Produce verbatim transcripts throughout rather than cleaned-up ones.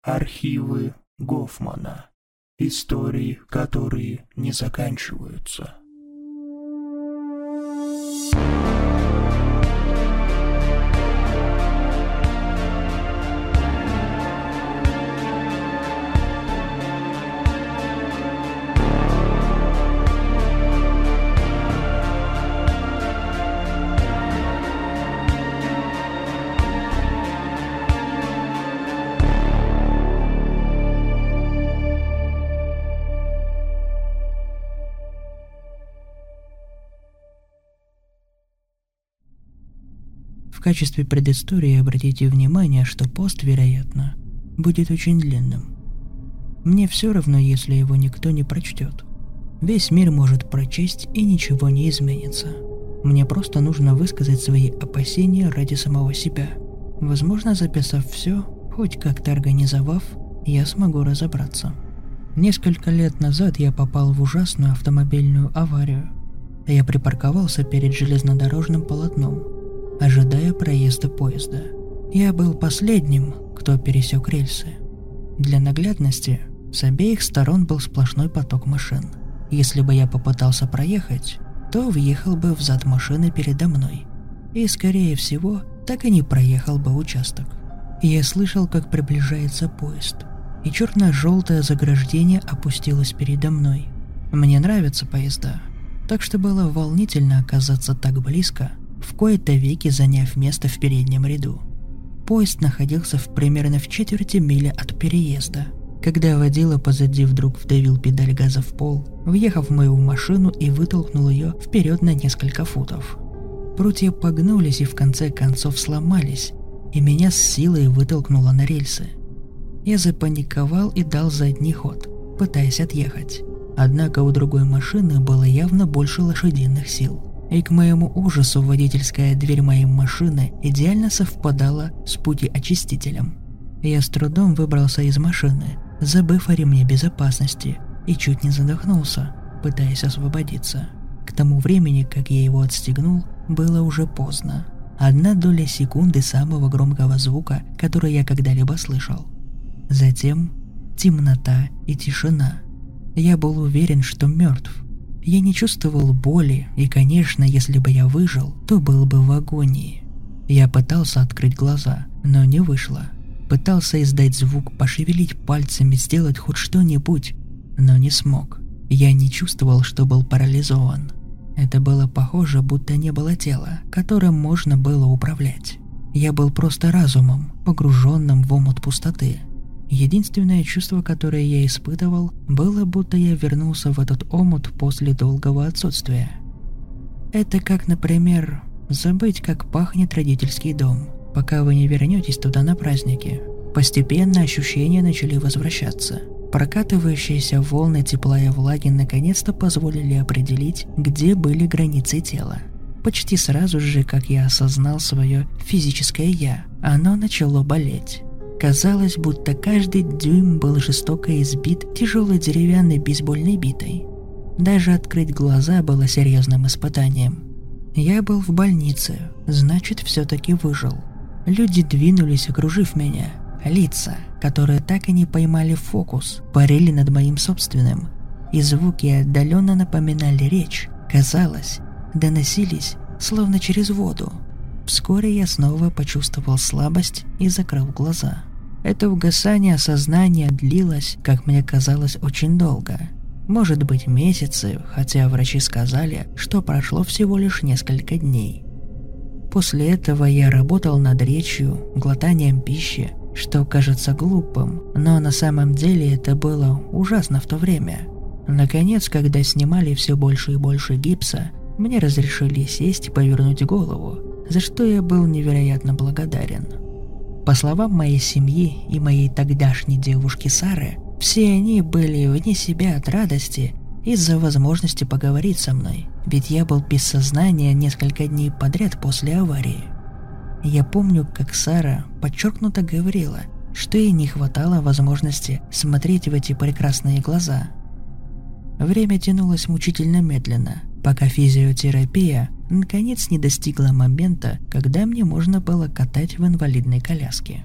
Архивы Гофмана. Истории, которые не заканчиваются. В качестве предыстории обратите внимание, что пост, вероятно, будет очень длинным. Мне все равно, если его никто не прочтет. Весь мир может прочесть, и ничего не изменится. Мне просто нужно высказать свои опасения ради самого себя. Возможно, записав все, хоть как-то организовав, я смогу разобраться. Несколько лет назад я попал в ужасную автомобильную аварию. Я припарковался перед железнодорожным полотном, ожидая проезда поезда. Я был последним, кто пересек рельсы. Для наглядности, с обеих сторон был сплошной поток машин. Если бы я попытался проехать, то въехал бы в зад машины передо мной. И, скорее всего, так и не проехал бы участок. Я слышал, как приближается поезд, и черно-желтое заграждение опустилось передо мной. Мне нравятся поезда, так что было волнительно оказаться так близко, в кои-то веки заняв место в переднем ряду. Поезд находился в примерно в четверти мили от переезда, когда водила позади вдруг вдавил педаль газа в пол, въехав в мою машину и вытолкнул ее вперед на несколько футов. Прутья погнулись и в конце концов сломались, и меня с силой вытолкнуло на рельсы. Я запаниковал и дал задний ход, пытаясь отъехать. Однако у другой машины было явно больше лошадиных сил. И к моему ужасу водительская дверь моей машины идеально совпадала с путеочистителем. Я с трудом выбрался из машины, забыв о ремне безопасности, и чуть не задохнулся, пытаясь освободиться. К тому времени, как я его отстегнул, было уже поздно. Одна доля секунды самого громкого звука, который я когда-либо слышал. Затем темнота и тишина. Я был уверен, что мертв. Я не чувствовал боли, и, конечно, если бы я выжил, то был бы в агонии. Я пытался открыть глаза, но не вышло. Пытался издать звук, пошевелить пальцами, сделать хоть что-нибудь, но не смог. Я не чувствовал, что был парализован. Это было похоже, будто не было тела, которым можно было управлять. Я был просто разумом, погруженным в омут пустоты. Единственное чувство, которое я испытывал, было, будто я вернулся в этот омут после долгого отсутствия. Это как, например, забыть, как пахнет родительский дом, пока вы не вернетесь туда на праздники. Постепенно ощущения начали возвращаться. Прокатывающиеся волны тепла и влаги наконец-то позволили определить, где были границы тела. Почти сразу же, как я осознал свое физическое «я», оно начало болеть. Казалось, будто каждый дюйм был жестоко избит тяжелой деревянной бейсбольной битой. Даже открыть глаза было серьезным испытанием. Я был в больнице, значит, все-таки выжил. Люди двинулись, окружив меня. Лица, которые так и не поймали фокус, парили над моим собственным. И звуки отдаленно напоминали речь, казалось, доносились, словно через воду. Вскоре я снова почувствовал слабость и закрыл глаза. Это угасание сознания длилось, как мне казалось, очень долго. Может быть, месяцы, хотя врачи сказали, что прошло всего лишь несколько дней. После этого я работал над речью, глотанием пищи, что кажется глупым, но на самом деле это было ужасно в то время. Наконец, когда снимали все больше и больше гипса, мне разрешили сесть и повернуть голову, за что я был невероятно благодарен. По словам моей семьи и моей тогдашней девушки Сары, все они были вне себя от радости из-за возможности поговорить со мной, ведь я был без сознания несколько дней подряд после аварии. Я помню, как Сара подчеркнуто говорила, что ей не хватало возможности смотреть в эти прекрасные глаза. Время тянулось мучительно медленно, пока физиотерапия наконец не достигла момента, когда мне можно было катать в инвалидной коляске.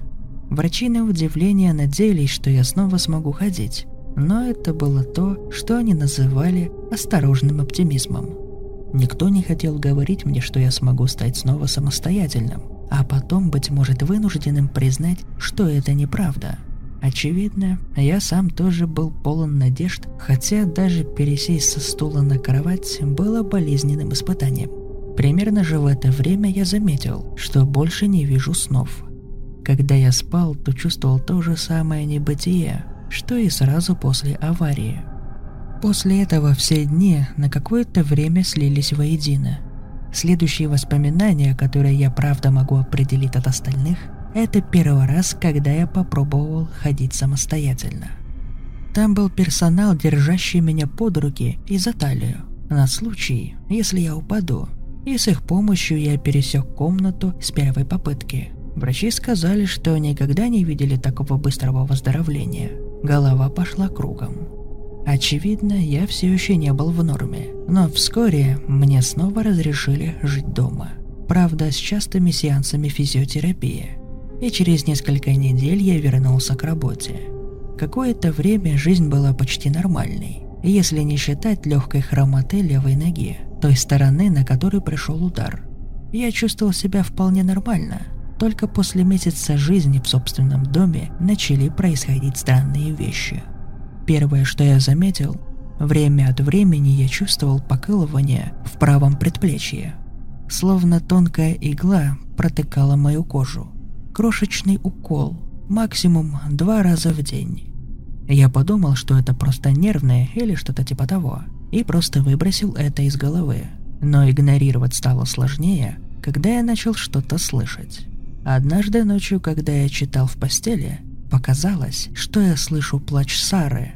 Врачи на удивление надеялись, что я снова смогу ходить, но это было то, что они называли осторожным оптимизмом. Никто не хотел говорить мне, что я смогу стать снова самостоятельным, а потом, быть может, вынужденным признать, что это неправда. Очевидно, я сам тоже был полон надежд, хотя даже пересесть со стула на кровать было болезненным испытанием. Примерно же в это время я заметил, что больше не вижу снов. Когда я спал, то чувствовал то же самое небытие, что и сразу после аварии. После этого все дни на какое-то время слились воедино. Следующие воспоминания, которые я правда могу определить от остальных, это первый раз, когда я попробовал ходить самостоятельно. Там был персонал, держащий меня под руки и за талию, на случай, если я упаду, и с их помощью я пересек комнату с первой попытки. Врачи сказали, что никогда не видели такого быстрого выздоровления. Голова пошла кругом. Очевидно, я все еще не был в норме, но вскоре мне снова разрешили жить дома. Правда, с частыми сеансами физиотерапии. И через несколько недель я вернулся к работе. Какое-то время жизнь была почти нормальной, если не считать легкой хромоты левой ноги, той стороны, на которой пришел удар. Я чувствовал себя вполне нормально, только после месяца жизни в собственном доме начали происходить странные вещи. Первое, что я заметил, время от времени я чувствовал покалывание в правом предплечье, словно тонкая игла протыкала мою кожу. Крошечный укол, максимум два раза в день. Я подумал, что это просто нервное или что-то типа того, и просто выбросил это из головы. Но игнорировать стало сложнее, когда я начал что-то слышать. Однажды ночью, когда я читал в постели, показалось, что я слышу плач Сары.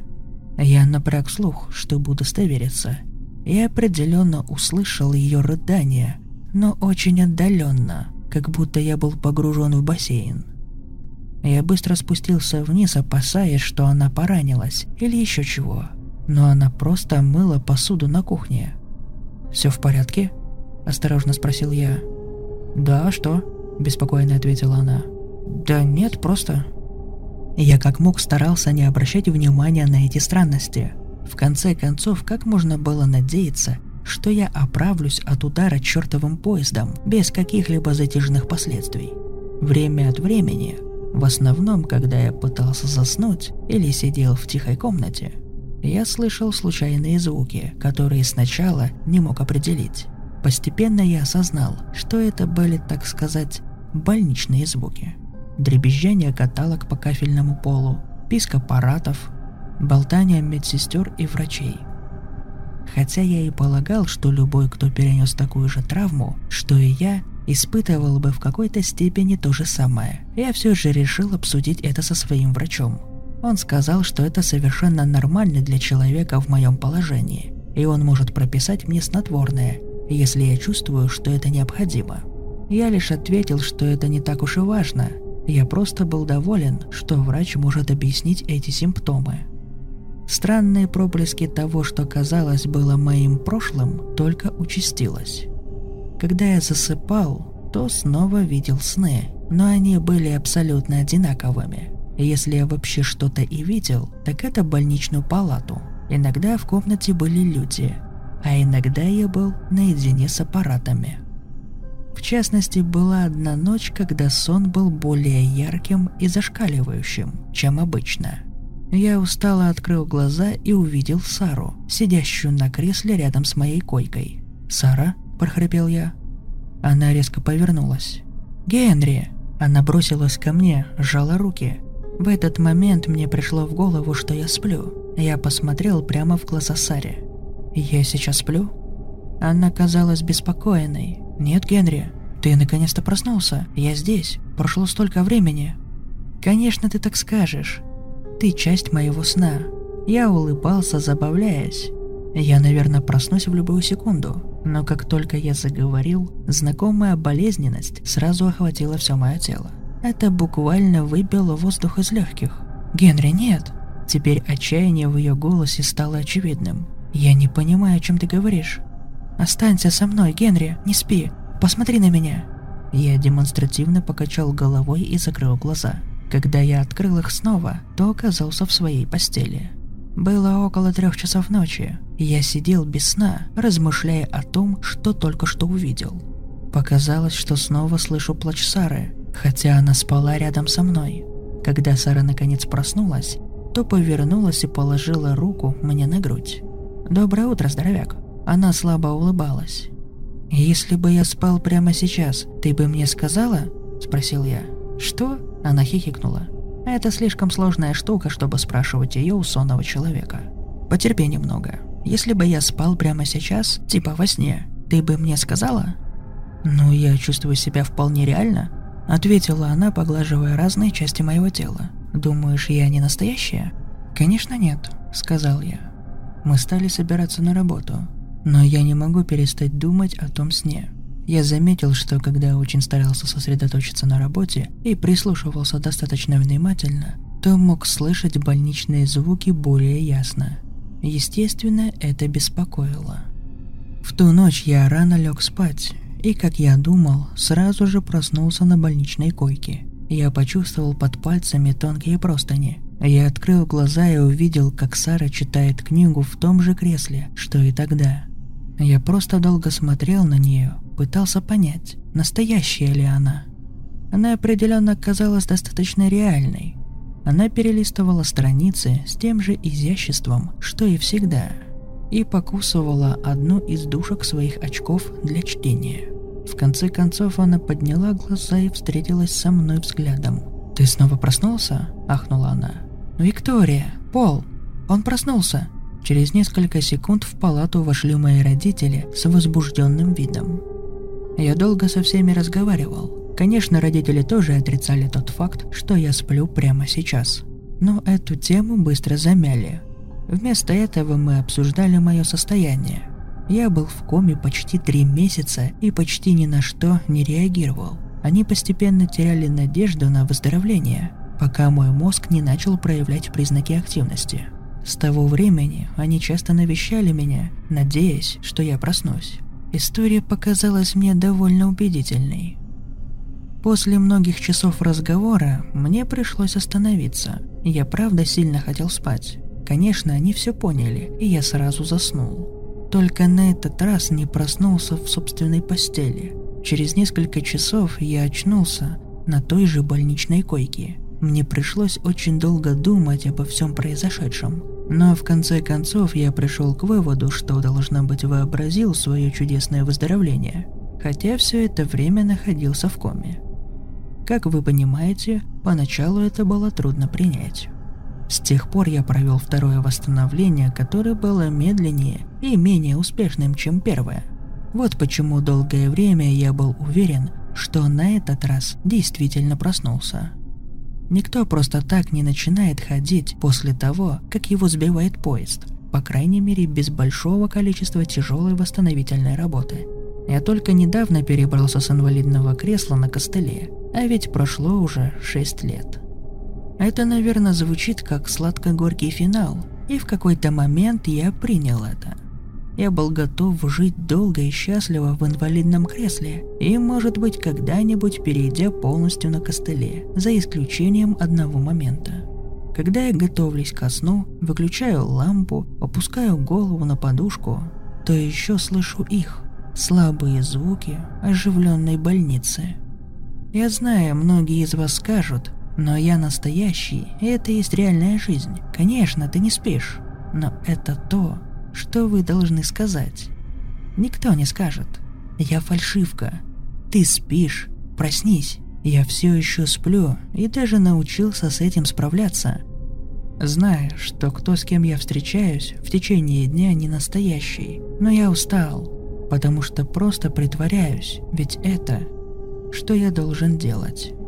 Я напряг слух, чтобы удостовериться, и определенно услышал ее рыдание, но очень отдаленно, как будто я был погружен в бассейн. Я быстро спустился вниз, опасаясь, что она поранилась или еще чего, но она просто мыла посуду на кухне. «Все в порядке?» – осторожно спросил я. «Да, а что?» – беспокойно ответила она. «Да нет, просто...» Я как мог старался не обращать внимания на эти странности. В конце концов, как можно было надеяться, что я оправлюсь от удара чертовым поездом без каких-либо затяжных последствий? Время от времени, в основном, когда я пытался заснуть или сидел в тихой комнате, я слышал случайные звуки, которые сначала не мог определить. Постепенно я осознал, что это были, так сказать, больничные звуки. Дребезжание каталог по кафельному полу, писк аппаратов, болтание медсестер и врачей. Хотя я и полагал, что любой, кто перенес такую же травму, что и я, испытывал бы в какой-то степени то же самое, я все же решил обсудить это со своим врачом. Он сказал, что это совершенно нормально для человека в моем положении, и он может прописать мне снотворное, если я чувствую, что это необходимо. Я лишь ответил, что это не так уж и важно. Я просто был доволен, что врач может объяснить эти симптомы. Странные проблески того, что казалось было моим прошлым, только участилось. Когда я засыпал, то снова видел сны, но они были абсолютно одинаковыми. Если я вообще что-то и видел, так это больничную палату. Иногда в комнате были люди, а иногда я был наедине с аппаратами. В частности, была одна ночь, когда сон был более ярким и зашкаливающим, чем обычно. Я устало открыл глаза и увидел Сару, сидящую на кресле рядом с моей койкой. «Сара?» – прохрипел я. Она резко повернулась. «Генри!» Она бросилась ко мне, сжала руки. В этот момент мне пришло в голову, что я сплю. Я посмотрел прямо в глаза Саре. «Я сейчас сплю?» Она казалась беспокоенной. «Нет, Генри, ты наконец-то проснулся. Я здесь. Прошло столько времени». «Конечно, ты так скажешь. Ты часть моего сна». Я улыбался, забавляясь. Я, наверное, проснусь в любую секунду. Но как только я заговорил, знакомая болезненность сразу охватила все мое тело. Это буквально выбило воздух из легких. «Генри, нет!» Теперь отчаяние в ее голосе стало очевидным. «Я не понимаю, о чем ты говоришь. Останься со мной, Генри, не спи. Посмотри на меня». Я демонстративно покачал головой и закрыл глаза. Когда я открыл их снова, то оказался в своей постели. Было около трех часов ночи, и я сидел без сна, размышляя о том, что только что увидел. Показалось, что снова слышу плач Сары, хотя она спала рядом со мной. Когда Сара наконец проснулась, то повернулась и положила руку мне на грудь. «Доброе утро, здоровяк!» Она слабо улыбалась. «Если бы я спал прямо сейчас, ты бы мне сказала?» – спросил я. «Что?» – она хихикнула. «Это слишком сложная штука, чтобы спрашивать ее у сонного человека. Потерпи немного. Если бы я спал прямо сейчас, типа во сне, ты бы мне сказала?» «Ну, я чувствую себя вполне реально», – ответила она, поглаживая разные части моего тела. «Думаешь, я не настоящая?» «Конечно нет», – сказал я. Мы стали собираться на работу, но я не могу перестать думать о том сне. Я заметил, что когда очень старался сосредоточиться на работе и прислушивался достаточно внимательно, то мог слышать больничные звуки более ясно. Естественно, это беспокоило. В ту ночь я рано лег спать, и, как я думал, сразу же проснулся на больничной койке. Я почувствовал под пальцами тонкие простыни. Я открыл глаза и увидел, как Сара читает книгу в том же кресле, что и тогда. Я просто долго смотрел на нее, пытался понять, настоящая ли она. Она определенно казалась достаточно реальной. Она перелистывала страницы с тем же изяществом, что и всегда, и покусывала одну из дужек своих очков для чтения. В конце концов она подняла глаза и встретилась со мной взглядом. «Ты снова проснулся?» – ахнула она. «Виктория! Пол! Он проснулся!» Через несколько секунд в палату вошли мои родители с возбужденным видом. Я долго со всеми разговаривал. Конечно, родители тоже отрицали тот факт, что я сплю прямо сейчас. Но эту тему быстро замяли. Вместо этого мы обсуждали мое состояние. Я был в коме почти три месяца и почти ни на что не реагировал. Они постепенно теряли надежду на выздоровление, пока мой мозг не начал проявлять признаки активности. С того времени они часто навещали меня, надеясь, что я проснусь. История показалась мне довольно убедительной. После многих часов разговора мне пришлось остановиться. Я правда сильно хотел спать. Конечно, они все поняли, и я сразу заснул. Только на этот раз не проснулся в собственной постели. Через несколько часов я очнулся на той же больничной койке. Мне пришлось очень долго думать обо всем произошедшем. Но в конце концов я пришел к выводу, что, должно быть, вообразил свое чудесное выздоровление, хотя все это время находился в коме. Как вы понимаете, поначалу это было трудно принять. С тех пор я провел второе восстановление, которое было медленнее и менее успешным, чем первое. Вот почему долгое время я был уверен, что на этот раз действительно проснулся. Никто просто так не начинает ходить после того, как его сбивает поезд, по крайней мере без большого количества тяжелой восстановительной работы. Я только недавно перебрался с инвалидного кресла на костыле, а ведь прошло уже шесть лет. Это, наверное, звучит как сладко-горький финал, и в какой-то момент я принял это. Я был готов жить долго и счастливо в инвалидном кресле и, может быть, когда-нибудь перейдя полностью на костыле, за исключением одного момента. Когда я готовлюсь ко сну, выключаю лампу, опускаю голову на подушку, то еще слышу их, слабые звуки оживленной больницы. Я знаю, многие из вас скажут, но я настоящий, и это есть реальная жизнь. Конечно, ты не спишь, но это то, что вы должны сказать. Никто не скажет. Я фальшивка. Ты спишь. Проснись. Я все еще сплю и даже научился с этим справляться. Знаю, что кто, с кем я встречаюсь, в течение дня не настоящий, но я устал, потому что просто притворяюсь, ведь это, что я должен делать.